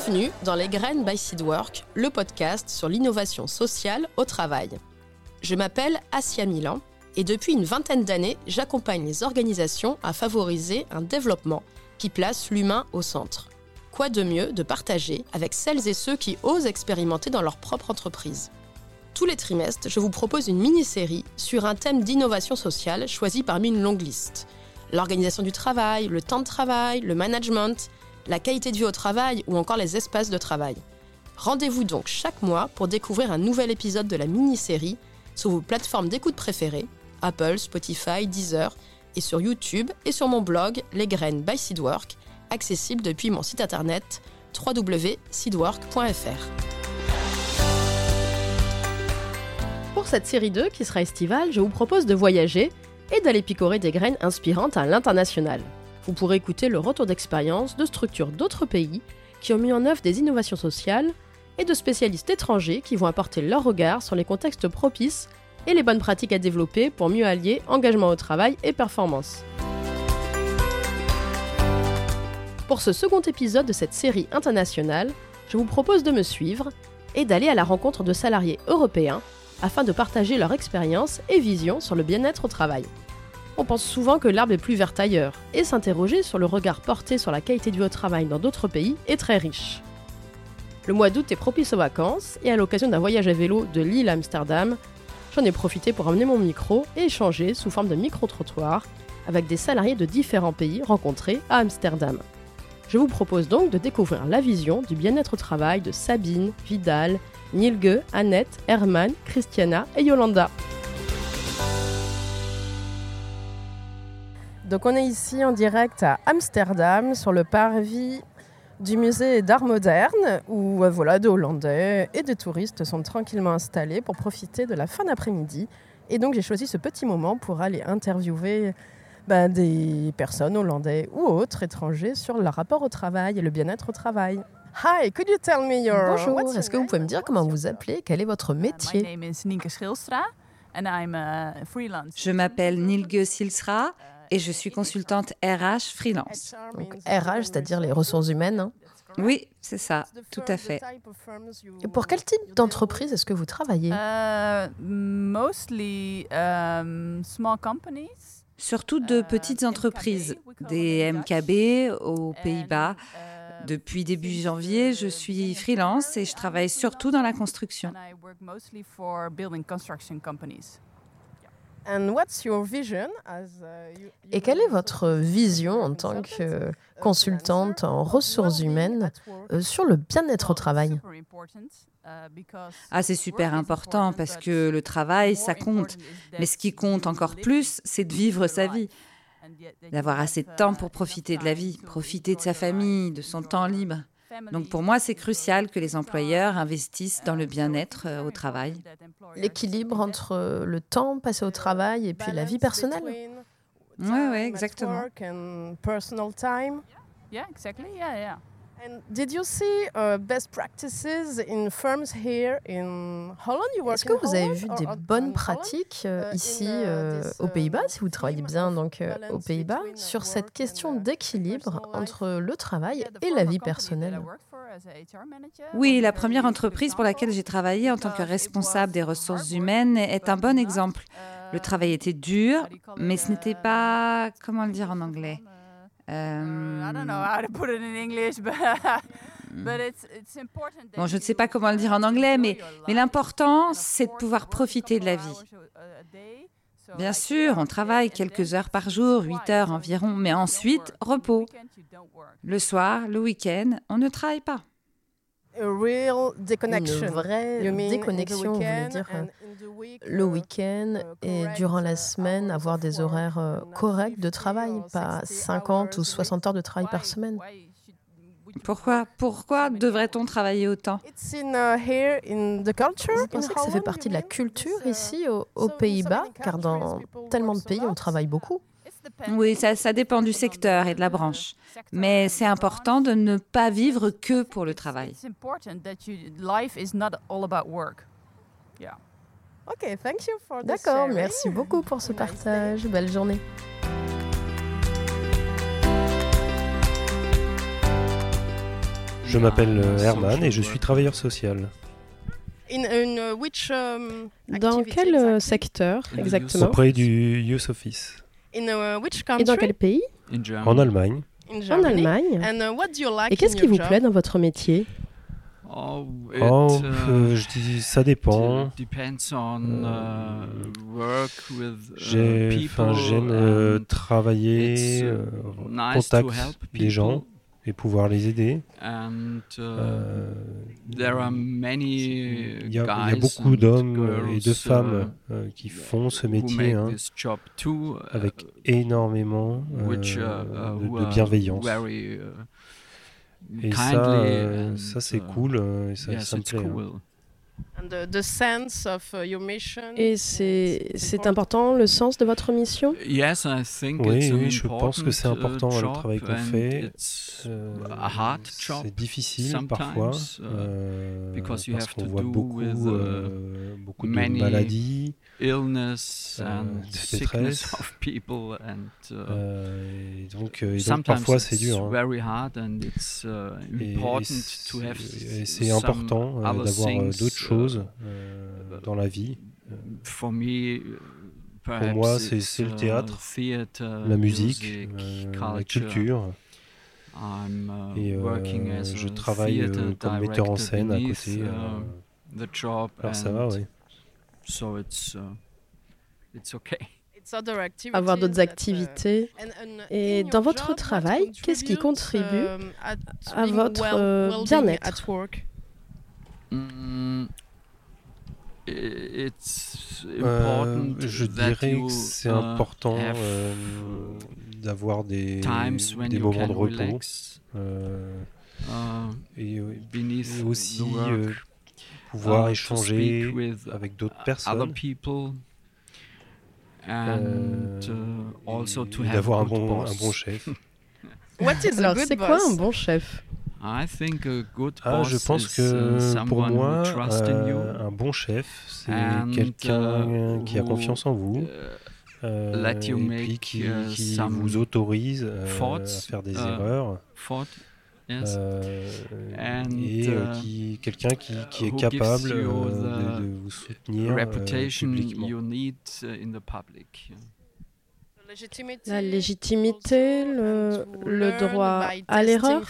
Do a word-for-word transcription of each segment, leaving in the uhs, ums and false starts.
Bienvenue dans Les Graines by Seedwork, le podcast sur l'innovation sociale au travail. Je m'appelle Assia Milan et depuis une vingtaine d'années, j'accompagne les organisations à favoriser un développement qui place l'humain au centre. Quoi de mieux de partager avec celles et ceux qui osent expérimenter dans leur propre entreprise. Tous les trimestres, je vous propose une mini-série sur un thème d'innovation sociale choisi parmi une longue liste. L'organisation du travail, le temps de travail, le management, la qualité de vie au travail ou encore les espaces de travail. Rendez-vous donc chaque mois pour découvrir un nouvel épisode de la mini-série sur vos plateformes d'écoute préférées, Apple, Spotify, Deezer, et sur YouTube et sur mon blog Les Graines by Seedwork, accessible depuis mon site internet w w w point seedwork point f r. Pour cette série deux qui sera estivale, je vous propose de voyager et d'aller picorer des graines inspirantes à l'international. Vous pourrez écouter le retour d'expérience de structures d'autres pays qui ont mis en œuvre des innovations sociales et de spécialistes étrangers qui vont apporter leur regard sur les contextes propices et les bonnes pratiques à développer pour mieux allier engagement au travail et performance. Pour ce second épisode de cette série internationale, je vous propose de me suivre et d'aller à la rencontre de salariés européens afin de partager leur expérience et vision sur le bien-être au travail. On pense souvent que l'herbe est plus verte ailleurs, et s'interroger sur le regard porté sur la qualité de vie au travail dans d'autres pays est très riche. Le mois d'août est propice aux vacances, et à l'occasion d'un voyage à vélo de Lille à Amsterdam, j'en ai profité pour emmener mon micro et échanger sous forme de micro-trottoir avec des salariés de différents pays rencontrés à Amsterdam. Je vous propose donc de découvrir la vision du bien-être au travail de Sabine, Vidal, Nilge, Annette, Herman, Christiana et Yolanda. Donc on est ici en direct à Amsterdam, sur le parvis du musée d'art moderne, où euh, voilà, des Hollandais et des touristes sont tranquillement installés pour profiter de la fin d'après-midi. Et donc j'ai choisi ce petit moment pour aller interviewer ben, des personnes hollandais ou autres étrangers sur leur rapport au travail et le bien-être au travail. Hi, could you tell me your... Bonjour, est-ce que vous pouvez me dire comment vous vous appelez? Quel est votre métier? Je m'appelle Nilge Silstra et je suis consultante R H freelance. Donc, R H, c'est-à-dire les ressources humaines, hein? Oui, c'est ça, tout à fait. Et pour quel type d'entreprise est-ce que vous travaillez? Uh, mostly um, small companies. Surtout de petites entreprises, des M K B aux Pays-Bas. Depuis début janvier, je suis freelance et je travaille surtout dans la construction. Et quelle est votre vision en tant que consultante en ressources humaines euh, sur le bien-être au travail? Ah, c'est super important parce que le travail, ça compte. Mais ce qui compte encore plus, c'est de vivre sa vie. D'avoir assez de temps pour profiter de la vie, profiter de sa famille, de son temps libre. Donc pour moi, c'est crucial que les employeurs investissent dans le bien-être euh, au travail. L'équilibre entre le temps passé au travail et puis la vie personnelle? Oui, oui, exactement. Yeah, exactly. Yeah, yeah. And did you see uh, best practices in firms here in Holland? You work Est-ce que vous avez vu des bonnes pratiques euh, ici euh, aux Pays-Bas, si vous travaillez bien donc euh, aux Pays-Bas, sur cette question d'équilibre entre le travail et la vie personnelle? Oui, la première entreprise pour laquelle j'ai travaillé en tant que responsable des ressources humaines est un bon exemple. Le travail était dur, mais ce n'était pas... Comment le dire en anglais? Um, I don't know how to put it in English, but, but it's, it's important. Bon, je ne sais pas comment le dire en anglais, mais, mais l'important, c'est de pouvoir profiter de la vie. Bien sûr, on travaille quelques heures par jour, huit heures environ, mais ensuite, repos. Le soir, le week-end, on ne travaille pas. Une vraie déconnexion, vous voulez dire le week-end et durant la semaine, avoir des horaires euh, corrects de travail, pas cinquante ou soixante heures de travail par semaine. Pourquoi, pourquoi devrait-on travailler autant? Vous pensez que ça fait partie de la culture ici aux, aux Pays-Bas, car dans tellement de pays, on travaille beaucoup? Oui, ça, ça dépend du secteur et de la branche. Mais c'est important de ne pas vivre que pour le travail. D'accord, merci beaucoup pour ce partage. Belle journée. Je m'appelle Herman et je suis travailleur social. In, in which, um, dans quel exactly? secteur exactement? Auprès du Youth Office. In uh, which country? Et dans quel pays? En Allemagne. En Allemagne. And, uh, what do you like et qu'est-ce qui vous job? plaît dans votre métier? Oh, it, oh euh, je dis ça dépend. On, uh, work with, uh, J'ai, j'aime euh, travailler euh, en nice contact des gens et pouvoir les aider. And, uh, euh, there are many il, y a, il y a beaucoup d'hommes et de femmes euh, qui font ce métier hein, too, uh, avec énormément euh, which, uh, uh, de, de bienveillance. Very, uh, et ça, euh, ça c'est cool, euh, et ça, yes, ça me plaît. Cool. Hein. And the, the sense of your mission, et c'est, c'est important le sens de votre mission? Yes, I think oui, it's oui, je pense que c'est important uh, le travail qu'on fait. Euh, c'est difficile parfois euh, parce qu'on voit beaucoup, with, uh, euh, beaucoup de maladies, illness euh, and sickness of people and uh, euh, et donc, et donc parfois c'est dur. Hein. Very hard and it's uh, important et, et to have et c'est important euh, d'avoir euh, d'autres choses euh, dans la vie. For me, pour moi, c'est, c'est le théâtre, theater, la musique, music, euh, la culture. I'm, uh, et euh, je travaille euh, comme metteur en scène à côté. Uh, the job alors ça va, oui. So it's, uh, it's okay. Avoir d'autres activités. Et dans votre travail, qu'est-ce qui contribue à votre euh, bien-être? Mm, it's euh, je dirais que c'est important euh, d'avoir des, des moments de repos euh, et, et aussi euh, pouvoir uh, échanger avec d'autres personnes. And, uh, also to have d'avoir un bon, un bon chef. What is Alors, a good c'est boss? quoi un bon chef? I think a good ah, boss je pense que pour moi, euh, un bon chef, c'est and, quelqu'un uh, qui a confiance en vous euh, et puis qui, qui vous autorise euh, à faire des uh, erreurs. Thought, yes. euh, and, et euh, qui, quelqu'un qui, qui est capable euh, de, de vous soutenir reputation euh, publiquement. You need in the public. La légitimité, le, le droit à l'erreur.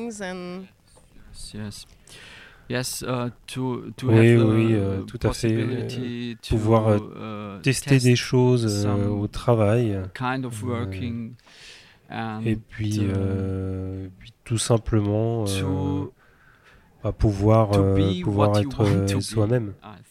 Yes. Yes, uh, to, to oui, have oui, euh, tout à fait. Euh, pouvoir euh, tester des choses euh, au travail. Kind of working euh, et puis, euh, puis tout simplement euh, à pouvoir, euh, pouvoir être euh, soi-même.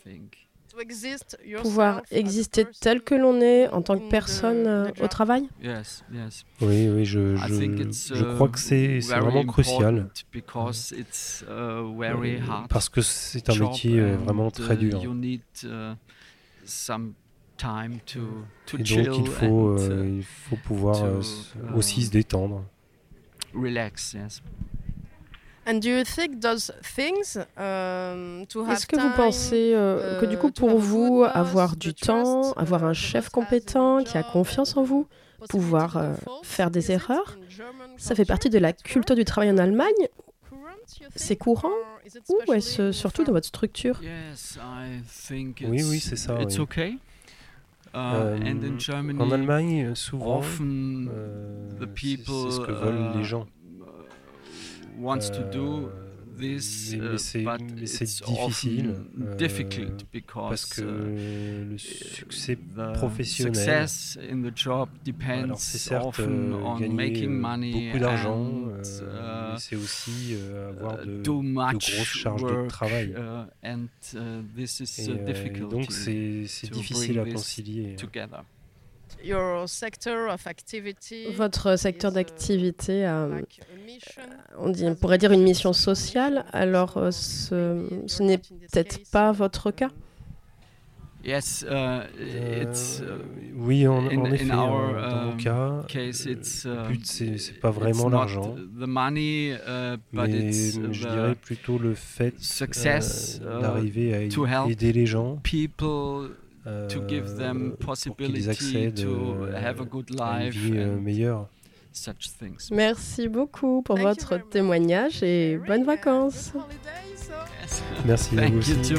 Pouvoir exister tel que l'on est en tant que personne euh, au travail? Yes, yes. Oui, oui, je, je, je crois que c'est, c'est vraiment crucial. It's, uh, very hard parce que c'est un métier euh, vraiment très dur. You need, uh, some time to, to Et donc il faut, euh, il faut pouvoir to, euh, aussi um, se détendre. Relax, yes. And do you think those things, um, to have Est-ce que vous pensez euh, que du coup pour vous, avoir du temps, avoir un chef compétent qui a confiance en vous, pouvoir euh, faire des erreurs, ça fait partie de la culture du travail en Allemagne? C'est courant ou est-ce surtout dans votre structure? Oui, oui, c'est ça. Oui. Okay. Uh, euh, and in Germany, en Allemagne, souvent, often euh, the people, c'est ce que veulent les gens. Wants to do this, mais, mais c'est, uh, mais c'est difficile euh, difficult because, parce que uh, le succès the professionnel, success in the job depends alors c'est certes often on gagner making money beaucoup d'argent, and, euh, mais c'est aussi euh, avoir de, uh, de grosses charges work, de travail. Uh, and, uh, this is et, euh, et donc c'est, c'est difficile à concilier. Together. Your sector of activity, votre secteur d'activité, euh, on, dit, on pourrait dire une mission sociale, alors euh, ce, ce n'est peut-être pas votre cas? Yes, uh, it's, uh, oui, en, in, en effet, in our, euh, dans mon cas, case, it's, uh, le but c'est, c'est pas vraiment l'argent, the money, uh, but mais it's, uh, je dirais plutôt le fait success, euh, d'arriver à uh, aider les gens. People, Euh, to give them pour qu'ils possibility accèdent to euh, have a good à une life vie euh, meilleure. Merci beaucoup pour votre témoignage et bonnes vacances. Merci à vous aussi.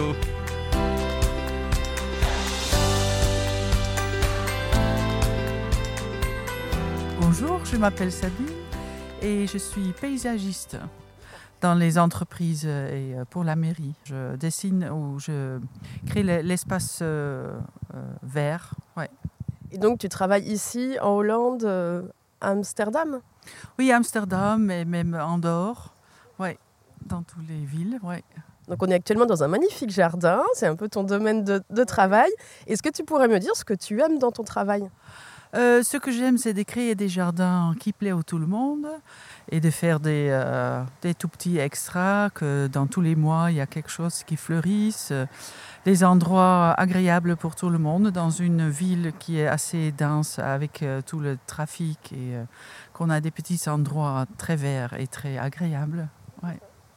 Bonjour, je m'appelle Sabine et je suis paysagiste dans les entreprises et pour la mairie. Je dessine ou je crée l'espace euh, euh, vert. Ouais. Et donc tu travailles ici en Hollande, euh, à Amsterdam ? Oui, Amsterdam et même Andorre, ouais, dans toutes les villes. Ouais. Donc on est actuellement dans un magnifique jardin, c'est un peu ton domaine de, de travail. Est-ce que tu pourrais me dire ce que tu aimes dans ton travail ? Euh, ce que j'aime, c'est de créer des jardins qui plaisent à tout le monde et de faire des, euh, des tout petits extras, que dans tous les mois, il y a quelque chose qui fleurisse, euh, des endroits agréables pour tout le monde dans une ville qui est assez dense avec euh, tout le trafic et euh, qu'on a des petits endroits très verts et très agréables. Ouais.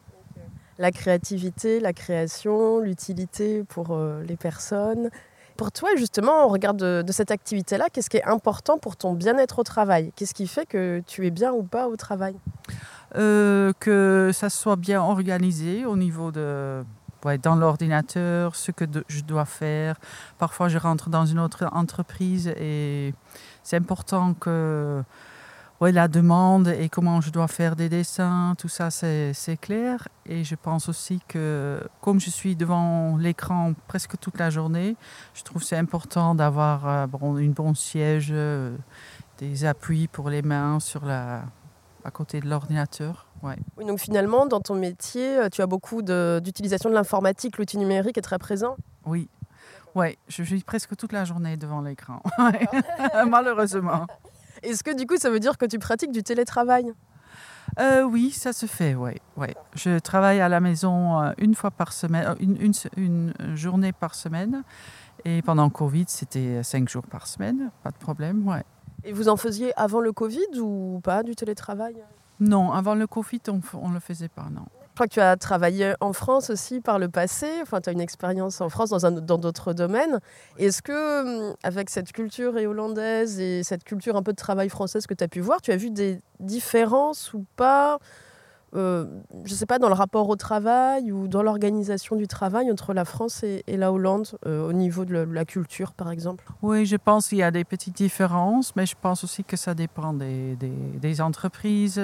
La créativité, la création, l'utilité pour euh, les personnes. Pour toi, justement, au regard de, de cette activité-là, qu'est-ce qui est important pour ton bien-être au travail ? Qu'est-ce qui fait que tu es bien ou pas au travail ? euh, Que ça soit bien organisé au niveau de... Ouais, dans l'ordinateur, ce que de, je dois faire. Parfois, je rentre dans une autre entreprise et c'est important que... Ouais, la demande et comment je dois faire des dessins, tout ça, c'est, c'est clair. Et je pense aussi que, comme je suis devant l'écran presque toute la journée, je trouve que c'est important d'avoir euh, bon, une bonne siège, euh, des appuis pour les mains sur la, à côté de l'ordinateur. Ouais. Oui, donc finalement, dans ton métier, tu as beaucoup de, d'utilisation de l'informatique, l'outil numérique est très présent ? Oui, ouais, je suis presque toute la journée devant l'écran, malheureusement. Est-ce que du coup, ça veut dire que tu pratiques du télétravail ? euh, Oui, ça se fait, oui. Ouais. Je travaille à la maison euh, une fois par semaine, une, une, une journée par semaine. Et pendant le Covid, c'était cinq jours par semaine, pas de problème, ouais. Et vous en faisiez avant le Covid ou pas, du télétravail ? Non, avant le Covid, on ne le faisait pas, non. Je crois que tu as travaillé en France aussi par le passé, enfin, tu as une expérience en France dans, un, dans d'autres domaines. Est-ce que, avec cette culture hollandaise et cette culture un peu de travail française que tu as pu voir, tu as vu des différences ou pas, euh, je ne sais pas, dans le rapport au travail ou dans l'organisation du travail entre la France et, et la Hollande, euh, au niveau de la, de la culture, par exemple ? Oui, je pense qu'il y a des petites différences, mais je pense aussi que ça dépend des, des, des entreprises.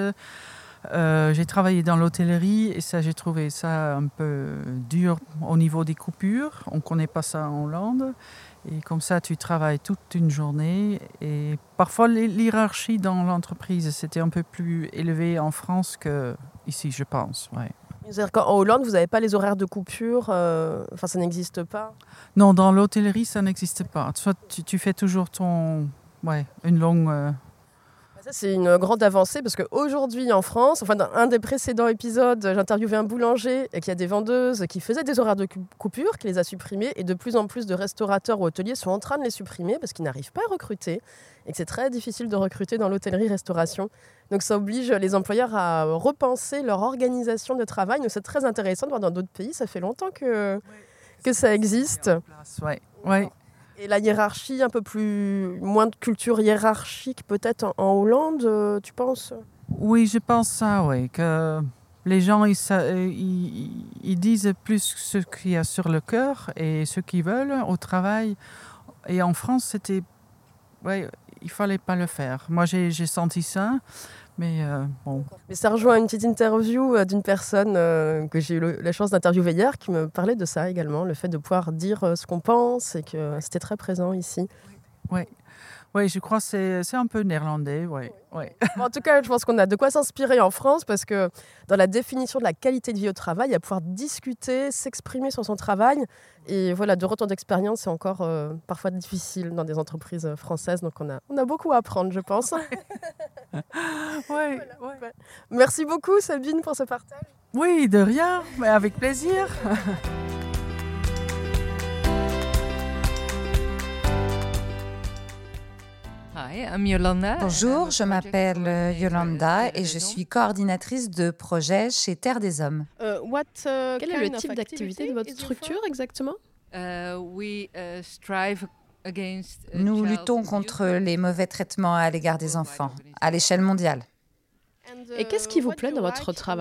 Euh, j'ai travaillé dans l'hôtellerie et ça, j'ai trouvé ça un peu dur au niveau des coupures. On ne connaît pas ça en Hollande. Et comme ça, tu travailles toute une journée. Et parfois, l'hierarchie dans l'entreprise, c'était un peu plus élevé en France qu'ici, je pense. Ouais. C'est-à-dire qu'en Hollande, vous n'avez pas les horaires de coupure, euh, enfin, ça n'existe pas ? Non, dans l'hôtellerie, ça n'existe pas. Soit tu, tu fais toujours ton, ouais, une longue... Euh, Ça, c'est une grande avancée parce qu'aujourd'hui en France, enfin dans un des précédents épisodes, j'interviewais un boulanger qui a des vendeuses qui faisaient des horaires de coupure, qui les a supprimés, et de plus en plus de restaurateurs ou hôteliers sont en train de les supprimer parce qu'ils n'arrivent pas à recruter et que c'est très difficile de recruter dans l'hôtellerie-restauration. Donc ça oblige les employeurs à repenser leur organisation de travail. Donc c'est très intéressant de voir dans d'autres pays, ça fait longtemps que, que ça existe. Ouais, ouais. Et la hiérarchie, un peu plus, moins de culture hiérarchique peut-être en, en Hollande, euh, tu penses ? Oui, je pense ça, oui. Que les gens, ils, ils, ils disent plus ce qu'il y a sur le cœur et ce qu'ils veulent au travail. Et en France, c'était... Ouais, il ne fallait pas le faire. Moi, j'ai, j'ai senti ça. Mais euh, bon. Mais ça rejoint une petite interview d'une personne euh, que j'ai eu le, la chance d'interviewer hier qui me parlait de ça également, le fait de pouvoir dire euh, ce qu'on pense et que c'était très présent ici. Oui, oui, je crois que c'est, c'est un peu néerlandais. Ouais, ouais. Bon, en tout cas, je pense qu'on a de quoi s'inspirer en France parce que dans la définition de la qualité de vie au travail, il y a pouvoir discuter, s'exprimer sur son travail. Et voilà, de retour d'expérience, c'est encore euh, parfois difficile dans des entreprises françaises. Donc on a, on a beaucoup à apprendre, je pense. Oui, voilà. Ouais. Merci beaucoup Sabine pour ce partage. Oui, de rien, mais avec plaisir. Bonjour, je m'appelle Yolanda et je suis coordinatrice de projet chez Terre des Hommes. Uh, what, uh, Quel est le type d'activité de votre structure exactement? Uh, we uh, strive Nous luttons contre les mauvais traitements à l'égard des enfants, à l'échelle mondiale. Et qu'est-ce qui vous plaît dans votre travail ?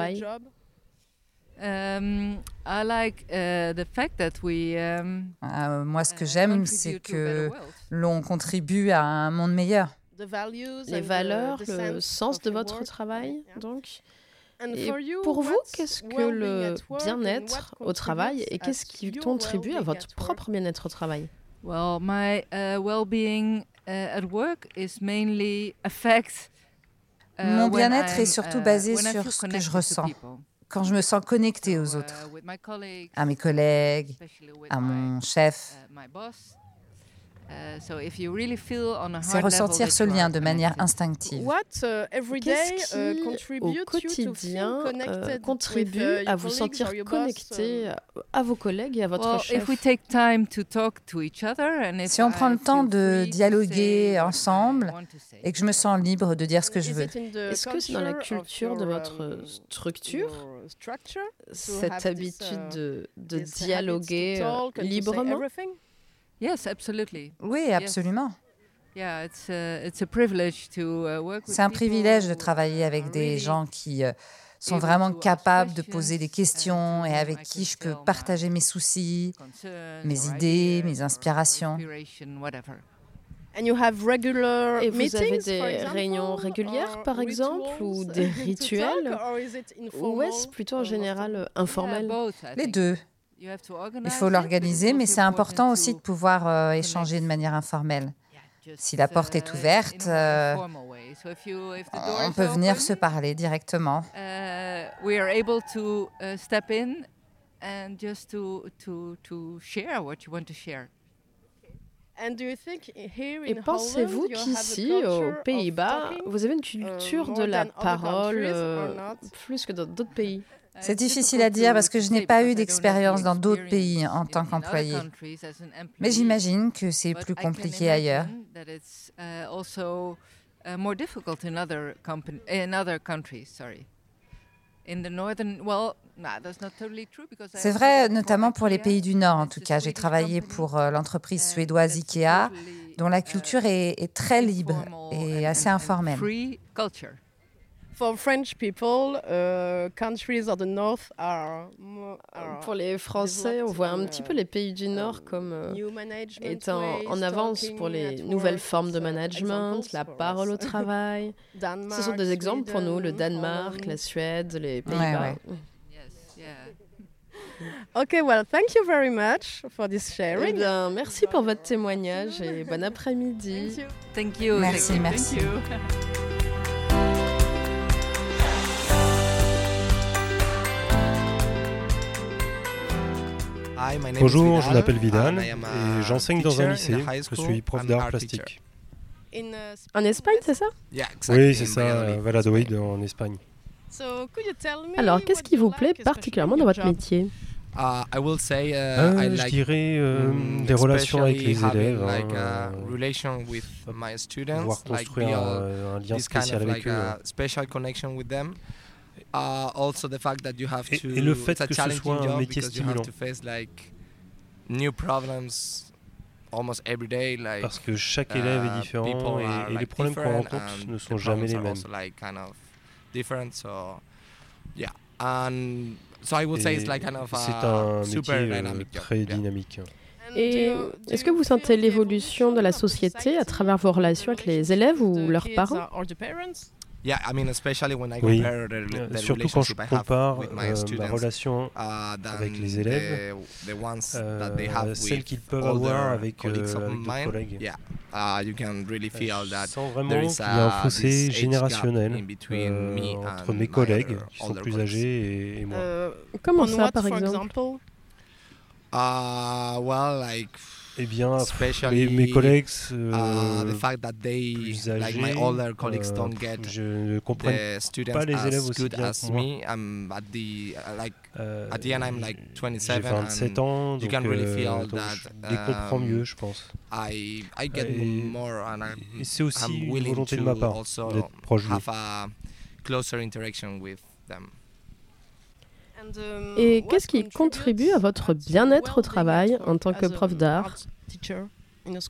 Um, I like, uh, the fact that we, um, uh, moi, ce que j'aime, c'est que l'on contribue à un monde meilleur. Les valeurs, le sens de votre travail, donc. Et pour vous, qu'est-ce que le bien-être au travail et qu'est-ce qui contribue à votre propre bien-être au travail ? Well, my uh, well-being uh, at work is mainly affects. Uh, Mon bien-être est surtout basé uh, sur ce que je ressens. Quand je me sens connectée aux autres, à mes collègues, à mon chef. C'est ressentir ce lien de manière instinctive. Qu'est-ce qui, au quotidien, euh, contribue à vous sentir connecté à vos collègues et à votre chef ? Si on prend le temps de dialoguer ensemble et que je me sens libre de dire ce que je veux. Est-ce que c'est dans la culture de votre structure, cette habitude de, de dialoguer euh, librement ? Yes, absolutely. Oui, absolument. Yeah, it's a, it's a privilege to work with. C'est un privilège de travailler avec des gens qui euh, sont vraiment capables de poser des questions et avec qui je peux partager mes soucis, mes idées, mes inspirations. Et vous avez des réunions régulières, par exemple, ou des rituels, ou est-ce plutôt en général informel ? Les deux. Il faut l'organiser, mais c'est important aussi de pouvoir euh, échanger de manière informelle. Si la porte est ouverte, euh, on peut venir se parler directement. Et pensez-vous qu'ici, aux Pays-Bas, vous avez une culture de la parole euh, plus que dans d'autres pays ? C'est difficile à dire parce que je n'ai pas eu d'expérience dans d'autres pays en tant qu'employé. Mais j'imagine que c'est plus compliqué ailleurs. C'est vrai, notamment pour les pays du Nord en tout cas. J'ai travaillé pour l'entreprise suédoise IKEA, dont la culture est, est très libre et assez informelle. For French people, uh, countries of the north are, are Pour les Français, on voit un petit peu les pays du Nord comme euh, étant en avance pour les nouvelles formes de management, la parole au travail. Ce sont des exemples pour nous, le Danemark, la Suède, les Pays-Bas. Ouais, ouais. Okay, well, thank you very much for this sharing. Eh bien, merci pour votre témoignage et bon après-midi. Thank you. Merci, merci. Thank you. Bonjour, je m'appelle Vidal et j'enseigne dans un lycée. Je suis prof d'art plastique. En Espagne, c'est ça ? Oui, c'est ça, Valladolid, en Espagne. Alors, qu'est-ce qui vous plaît particulièrement dans votre métier ? Euh, je dirais euh, des relations avec les élèves, hein, euh, pouvoir construire un, un lien spécial avec eux. Uh, also the fact that you have to, et, et le fait que ce soit un métier stimulant. Like, new problems almost every day, like, parce que chaque élève est différent et, et like les problèmes qu'on rencontre ne sont jamais les mêmes. Like kind of different, so, yeah. And so I would say it's like kind of, uh, c'est un métier dynamic, très yeah. dynamique. Et est-ce que vous sentez l'évolution de la société à travers vos relations avec les élèves ou leurs parents ? Yeah, I mean, especially when I compare oui. the, the surtout quand je compare euh, ma relation uh, avec les élèves, the, the ones euh, that they have celles qu'ils peuvent avoir avec, euh, avec d'autres collègues. Yeah. Uh, you can really feel that sans vraiment qu'il y a un fossé générationnel euh, entre mes collègues qui sont plus âgés et, et moi. Euh, comment ça, par exemple? Uh, well, like, eh bien, mes, mes collègues euh, uh, plus âgés, like my older colleagues uh, don't get je ne comprends pas les élèves aussi bien que moi. I'm at the, uh, like, uh, at the end, I'm like twenty-seven. J'ai vingt-sept ans, donc, really euh, donc that, je les comprends um, mieux, je pense. I, I get et, more and I'm, et c'est aussi I'm une volonté de ma part d'être proche d'eux. Et qu'est-ce qui contribue à votre bien-être au travail en tant que prof d'art ?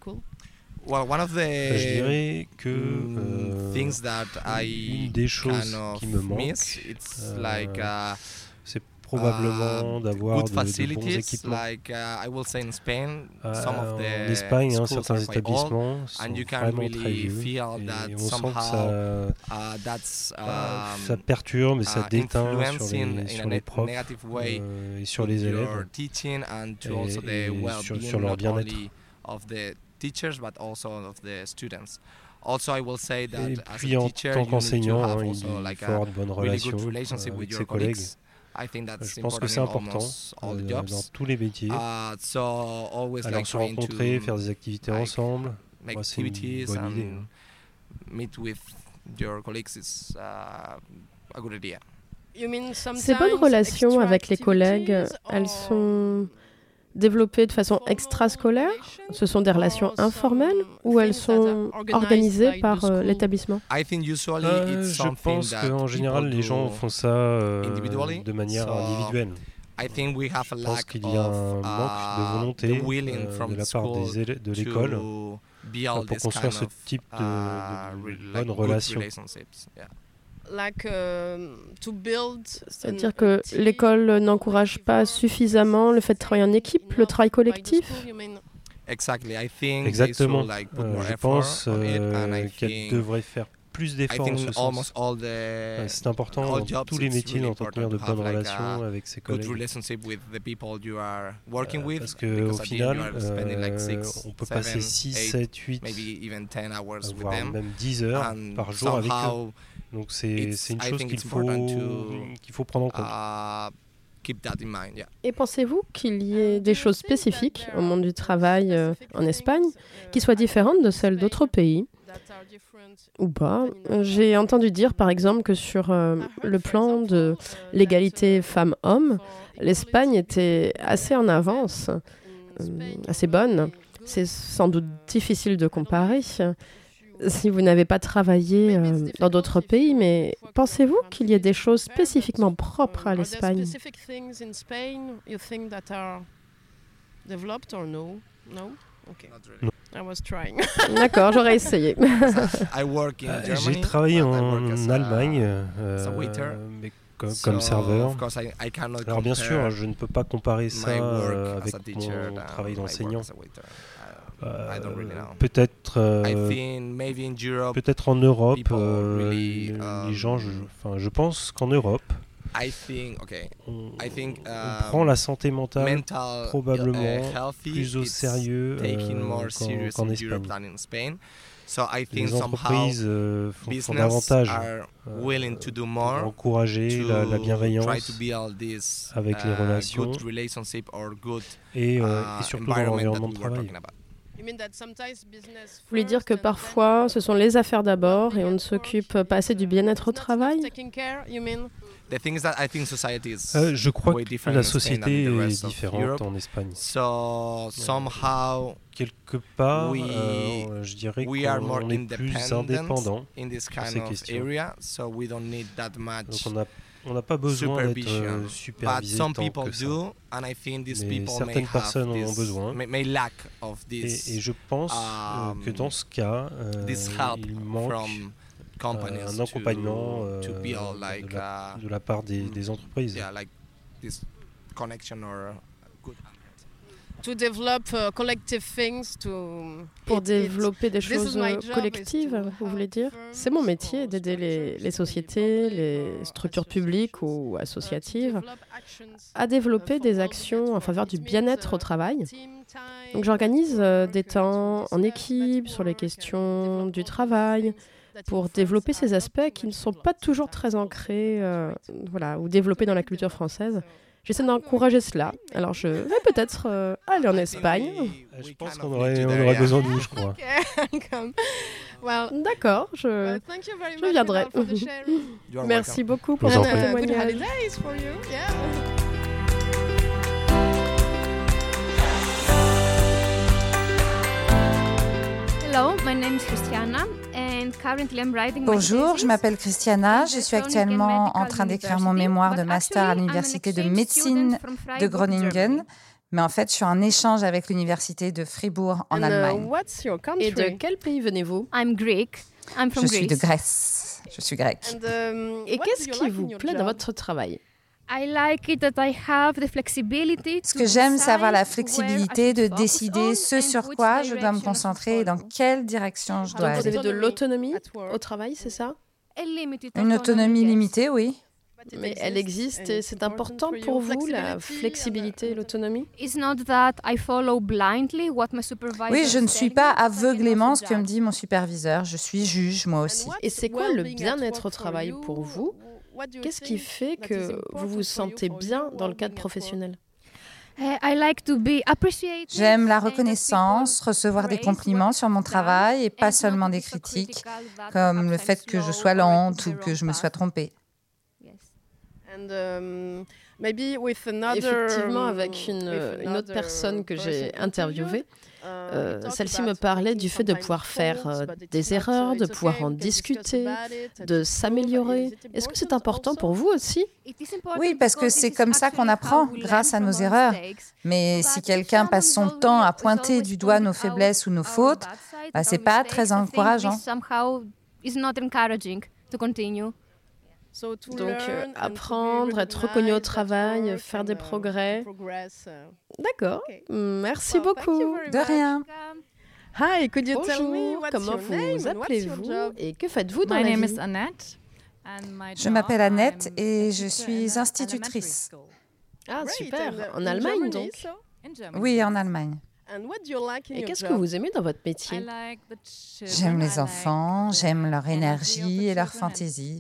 Je dirais que euh, une des choses qui me manque, euh, c'est probablement d'avoir de, de bons équipements. Euh, en Espagne, hein, certains établissements sont vraiment très vieux et on sent que ça, euh, ça perturbe et ça déteint sur les, sur les profs euh, et sur les élèves et, et sur, sur leur bien-être. Et puis en tant qu'enseignant, hein, il faut avoir de bonnes relations euh, avec ses collègues. Je pense que c'est important euh, dans tous les métiers. Alors se rencontrer, faire des activités ensemble, moi, c'est une bonne idée. Ces bonnes relations avec les collègues, elles sont développées de façon extrascolaire? Ce sont des relations informelles ou elles sont organisées par euh, l'établissement? euh, Je pense qu'en général, les gens font ça euh, de manière individuelle. Je pense qu'il y a un manque de volonté euh, de la part des élèves de l'école pour construire ce type de, de, de bonnes relations. C'est-à-dire que l'école n'encourage pas suffisamment le fait de travailler en équipe, le travail collectif? Exactement. Euh, je pense euh, qu'elle devrait faire plus d'efforts en ce sens. Euh, c'est important dans tous les métiers d'entretenir de bonnes relations avec ses collègues. Euh, parce qu'au final, euh, on peut passer six, sept, huit, voire même dix heures par jour avec eux. Donc c'est, c'est une chose qu'il faut, qu'il faut prendre en compte. Et pensez-vous qu'il y ait des choses spécifiques au monde du travail euh, en Espagne qui soient différentes de celles d'autres pays? Ou pas? J'ai entendu dire par exemple que sur euh, le plan de l'égalité femmes-hommes, l'Espagne était assez en avance, euh, assez bonne. C'est sans doute difficile de comparer si vous n'avez pas travaillé euh, dans d'autres pays, mais pensez-vous qu'il y ait des choses spécifiquement propres à l'Espagne? Non. D'accord, j'aurais essayé. euh, j'ai travaillé en Allemagne, euh, mais comme, comme serveur. Alors bien sûr, je ne peux pas comparer ça euh, avec mon travail d'enseignant. Euh, peut-être, euh, peut-être en Europe, euh, les, les gens, je, enfin, je pense qu'en Europe, on, on prend la santé mentale probablement plus au sérieux euh, qu'en, qu'en Espagne. Les entreprises euh, font, font davantage euh, pour encourager la, la bienveillance avec les relations et, euh, et surtout dans l'environnement de travail. Vous voulez dire que parfois, ce sont les affaires d'abord et on ne s'occupe pas assez du bien-être au travail? Euh, je crois que la société est différente en Espagne. Quelque part, euh, je dirais qu'on est plus indépendant sur ces questions. Donc on a On n'a pas besoin d'être euh, supervisé tant que ça. Mais certaines personnes en ont besoin. Et, et je pense euh, que dans ce cas, euh, il manque euh, un accompagnement euh, de, la, de la part des, des entreprises. To develop, uh, collective things to Pour développer des choses collectives, vous voulez dire? C'est mon métier d'aider les, les sociétés, les structures publiques ou associatives à développer des actions en faveur du bien-être au travail. Donc j'organise euh, des temps en équipe sur les questions du travail pour développer ces aspects qui ne sont pas toujours très ancrés euh, voilà, ou développés dans la culture française. J'essaie d'encourager cela. Alors, je vais peut-être euh, aller en Espagne. Je pense qu'on aurait, on aurait besoin de vous, je crois. D'accord, je, je viendrai. Merci beaucoup pour votre témoignage. Hello, my name is Christiana. Bonjour, je m'appelle Christiana. Je suis actuellement en train d'écrire mon mémoire de master à l'Université de médecine de Groningen. Mais en fait, je suis en échange avec l'université de Fribourg en And, Allemagne. Uh, what's your country? Et de quel pays venez-vous? I'm Greek. I'm from je Greece. suis de Grèce. Je suis grecque. And, um, Et qu'est-ce qui like vous plaît dans votre travail? I like it that I have the flexibility Ce que j'aime, c'est avoir la flexibilité de décider ce sur quoi je dois me concentrer et dans quelle direction je dois Donc, vous aller. avez de l'autonomie au travail, c'est ça? Une autonomie limitée, oui. Mais elle existe et c'est important pour vous, la flexibilité et l'autonomie? Oui, je ne suis pas aveuglément ce que me dit mon superviseur. Je suis juge, moi aussi. Et c'est quoi le bien-être au travail pour vous? Qu'est-ce qui fait que vous vous sentez bien dans le cadre professionnel? J'aime la reconnaissance, recevoir des compliments sur mon travail et pas seulement des critiques, comme le fait que je sois lente ou que je me sois trompée. And, um, maybe with another, Effectivement, avec une, une autre personne que j'ai interviewée, euh, celle-ci me parlait du fait de pouvoir faire euh, des erreurs, de pouvoir en discuter, de s'améliorer. Est-ce que c'est important pour vous aussi? Oui, parce que c'est comme ça qu'on apprend, grâce à nos erreurs. Mais si quelqu'un passe son temps à pointer du doigt nos faiblesses ou nos fautes, bah, c'est pas très encourageant. Donc, euh, apprendre, être reconnu au travail, faire des progrès. D'accord. Merci beaucoup. De rien. Hi, could you tell me comment vous appelez-vous et que faites-vous dans la vie? Je m'appelle Annette et je suis institutrice. Ah, super. En Allemagne, donc? Oui, en Allemagne. Et qu'est-ce que vous aimez dans votre métier? J'aime les enfants, j'aime leur énergie et leur fantaisie.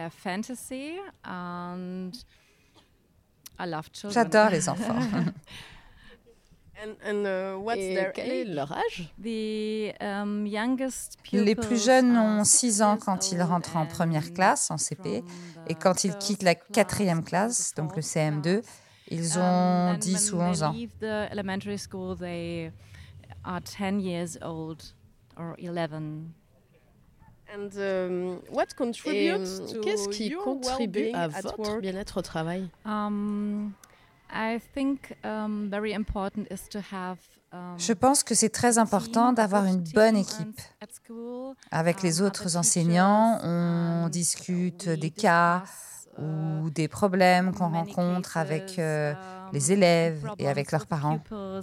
J'adore les enfants. Et quel est leur âge? Les plus jeunes ont six ans quand ils rentrent en première classe, en C P, et quand ils quittent la quatrième classe, donc le C M deux, ils ont dix ou onze ans. Et qu'est-ce qui contribue à votre bien-être au travail? Je pense que c'est très important d'avoir une bonne équipe. Avec les autres enseignants, on discute des cas ou des problèmes qu'on rencontre avec euh, les élèves et avec leurs parents.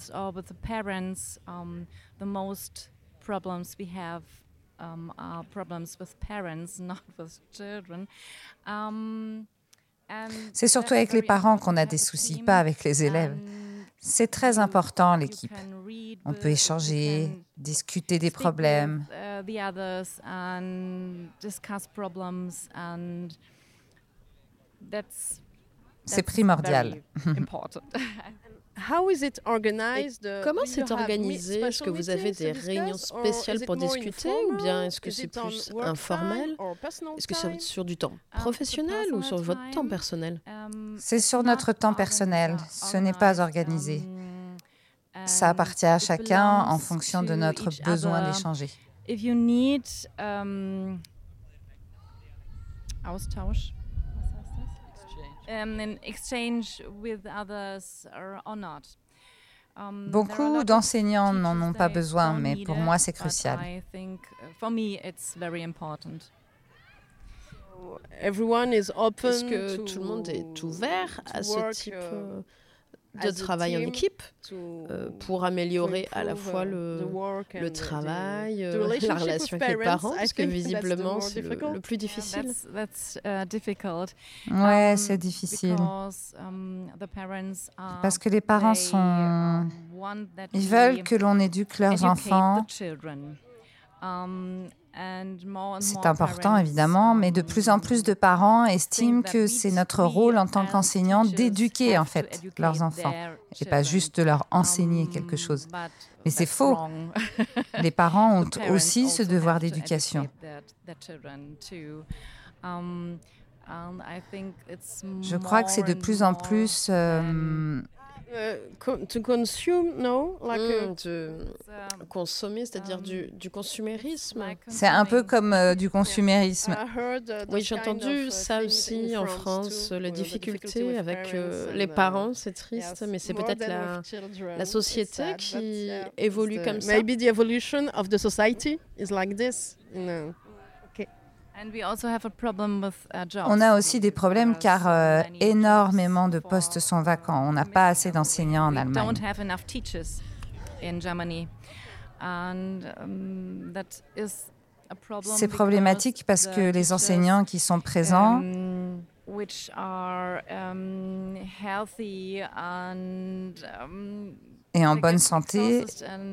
C'est surtout avec les parents qu'on a des soucis, pas avec les élèves. C'est très important, l'équipe. On peut échanger, discuter des problèmes. C'est primordial. Comment c'est organisé? Est-ce que vous avez des réunions spéciales pour discuter ou bien est-ce que c'est plus informel? Est-ce que c'est sur du temps professionnel ou sur votre temps personnel? C'est sur notre temps personnel. Ce n'est pas organisé. Ça appartient à chacun en fonction de notre besoin d'échanger. Austausch. Um, in exchange with others or, or not. Um, Beaucoup d'enseignants n'en ont pas besoin, mais pour moi, c'est crucial. Est-ce que tout le monde est ouvert à ce type de travail en équipe euh, pour améliorer à la fois le, le travail, euh, la relation avec les parents, parce que visiblement c'est le, le plus difficile. Ouais, c'est difficile. Parce que les parents sont... Ils veulent que l'on éduque leurs enfants. C'est important, évidemment, mais de plus en plus de parents estiment que c'est notre rôle en tant qu'enseignants d'éduquer, en fait, leurs enfants, et pas juste de leur enseigner quelque chose. Mais c'est faux. Les parents ont aussi ce devoir d'éducation. Je crois que c'est de plus en plus... Euh, Uh, to consume, no? Like mm, de consommer, c'est-à-dire um, du, du consumérisme. C'est un peu comme euh, du consumérisme. Yeah. Oui, j'ai entendu ça aussi en France, les difficultés avec euh, les parents, c'est triste, yes, mais c'est peut-être la, la société qui uh, évolue comme ça. Maybe the evolution of the society is like this. No. On a aussi des problèmes car euh, énormément de postes sont vacants. On n'a pas assez d'enseignants en Allemagne. C'est problématique parce que les enseignants qui sont présents et en bonne santé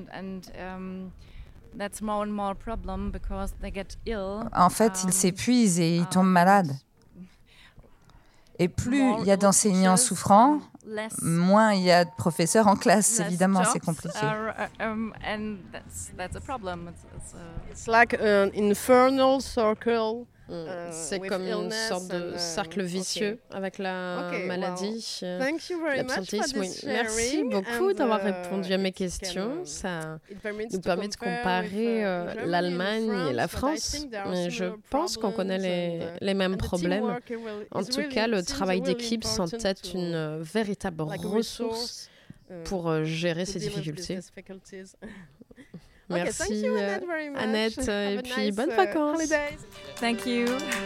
en fait, ils s'épuisent et ils tombent malades. Et plus il y a d'enseignants souffrants, moins il y a de professeurs en classe, évidemment, c'est compliqué. It's like an infernal circle. Mm. C'est comme une sorte de cercle vicieux okay. avec la okay, maladie, well, l'absentéisme. Oui. Merci beaucoup d'avoir uh, répondu à mes questions. Can, Ça nous permet de comparer uh, uh, l'Allemagne et la France. Mais je pense qu'on connaît les, les mêmes problèmes. En tout cas, le travail d'équipe s'en est une véritable ressource pour gérer ces difficultés. Merci okay, you, Annette, Annette et puis nice, bonnes vacances. Thank you.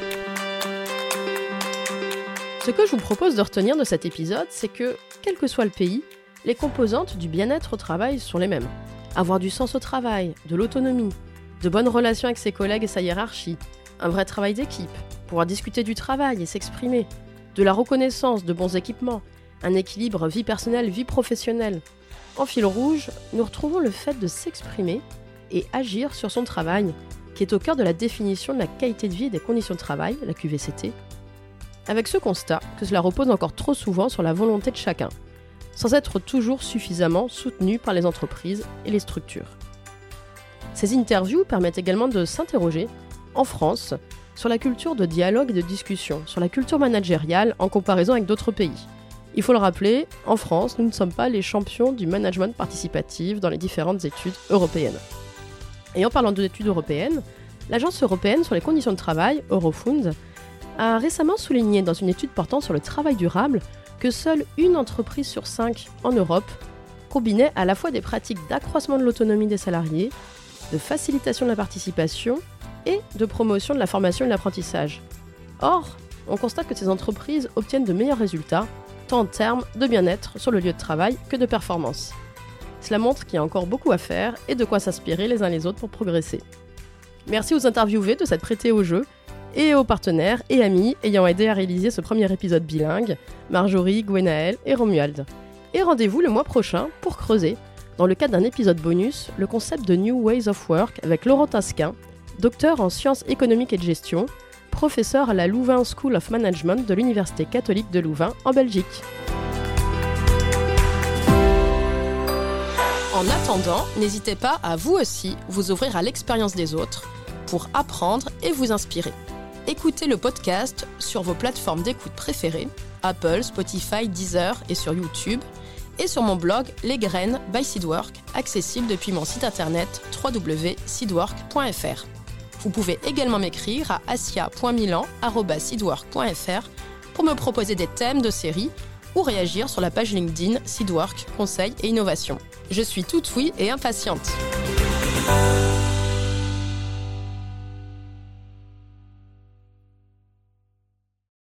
Ce que je vous propose de retenir de cet épisode, c'est que, quel que soit le pays, les composantes du bien-être au travail sont les mêmes. Avoir du sens au travail, de l'autonomie, de bonnes relations avec ses collègues et sa hiérarchie, un vrai travail d'équipe, pouvoir discuter du travail et s'exprimer, de la reconnaissance, de bons équipements, un équilibre vie personnelle-vie professionnelle. En fil rouge, nous retrouvons le fait de s'exprimer et agir sur son travail, qui est au cœur de la définition de la qualité de vie et des conditions de travail, la Q V C T, avec ce constat que cela repose encore trop souvent sur la volonté de chacun, sans être toujours suffisamment soutenu par les entreprises et les structures. Ces interviews permettent également de s'interroger, en France, sur la culture de dialogue et de discussion, sur la culture managériale en comparaison avec d'autres pays. Il faut le rappeler, en France, nous ne sommes pas les champions du management participatif dans les différentes études européennes. Et en parlant d'études européennes, l'Agence européenne sur les conditions de travail, Eurofound, a récemment souligné dans une étude portant sur le travail durable que seule une entreprise sur cinq en Europe combinait à la fois des pratiques d'accroissement de l'autonomie des salariés, de facilitation de la participation et de promotion de la formation et de l'apprentissage. Or, on constate que ces entreprises obtiennent de meilleurs résultats tant en termes de bien-être sur le lieu de travail que de performance. Cela montre qu'il y a encore beaucoup à faire et de quoi s'inspirer les uns les autres pour progresser. Merci aux interviewés de s'être prêtés au jeu et aux partenaires et amis ayant aidé à réaliser ce premier épisode bilingue, Marjorie, Gwenaël et Romuald. Et rendez-vous le mois prochain pour creuser, dans le cadre d'un épisode bonus, le concept de New Ways of Work avec Laurent Tasquin, docteur en sciences économiques et de gestion, professeur à la Louvain School of Management de l'Université catholique de Louvain en Belgique. En attendant, n'hésitez pas à vous aussi vous ouvrir à l'expérience des autres pour apprendre et vous inspirer. Écoutez le podcast sur vos plateformes d'écoute préférées, Apple, Spotify, Deezer et sur YouTube, et sur mon blog Les Graines by Seedwork, accessible depuis mon site internet w w w point seedwork point f r. Vous pouvez également m'écrire à asia point milan arobase seedwork point f r pour me proposer des thèmes de séries ou réagir sur la page LinkedIn Seedwork, Conseil et Innovation. Je suis toute oui et impatiente.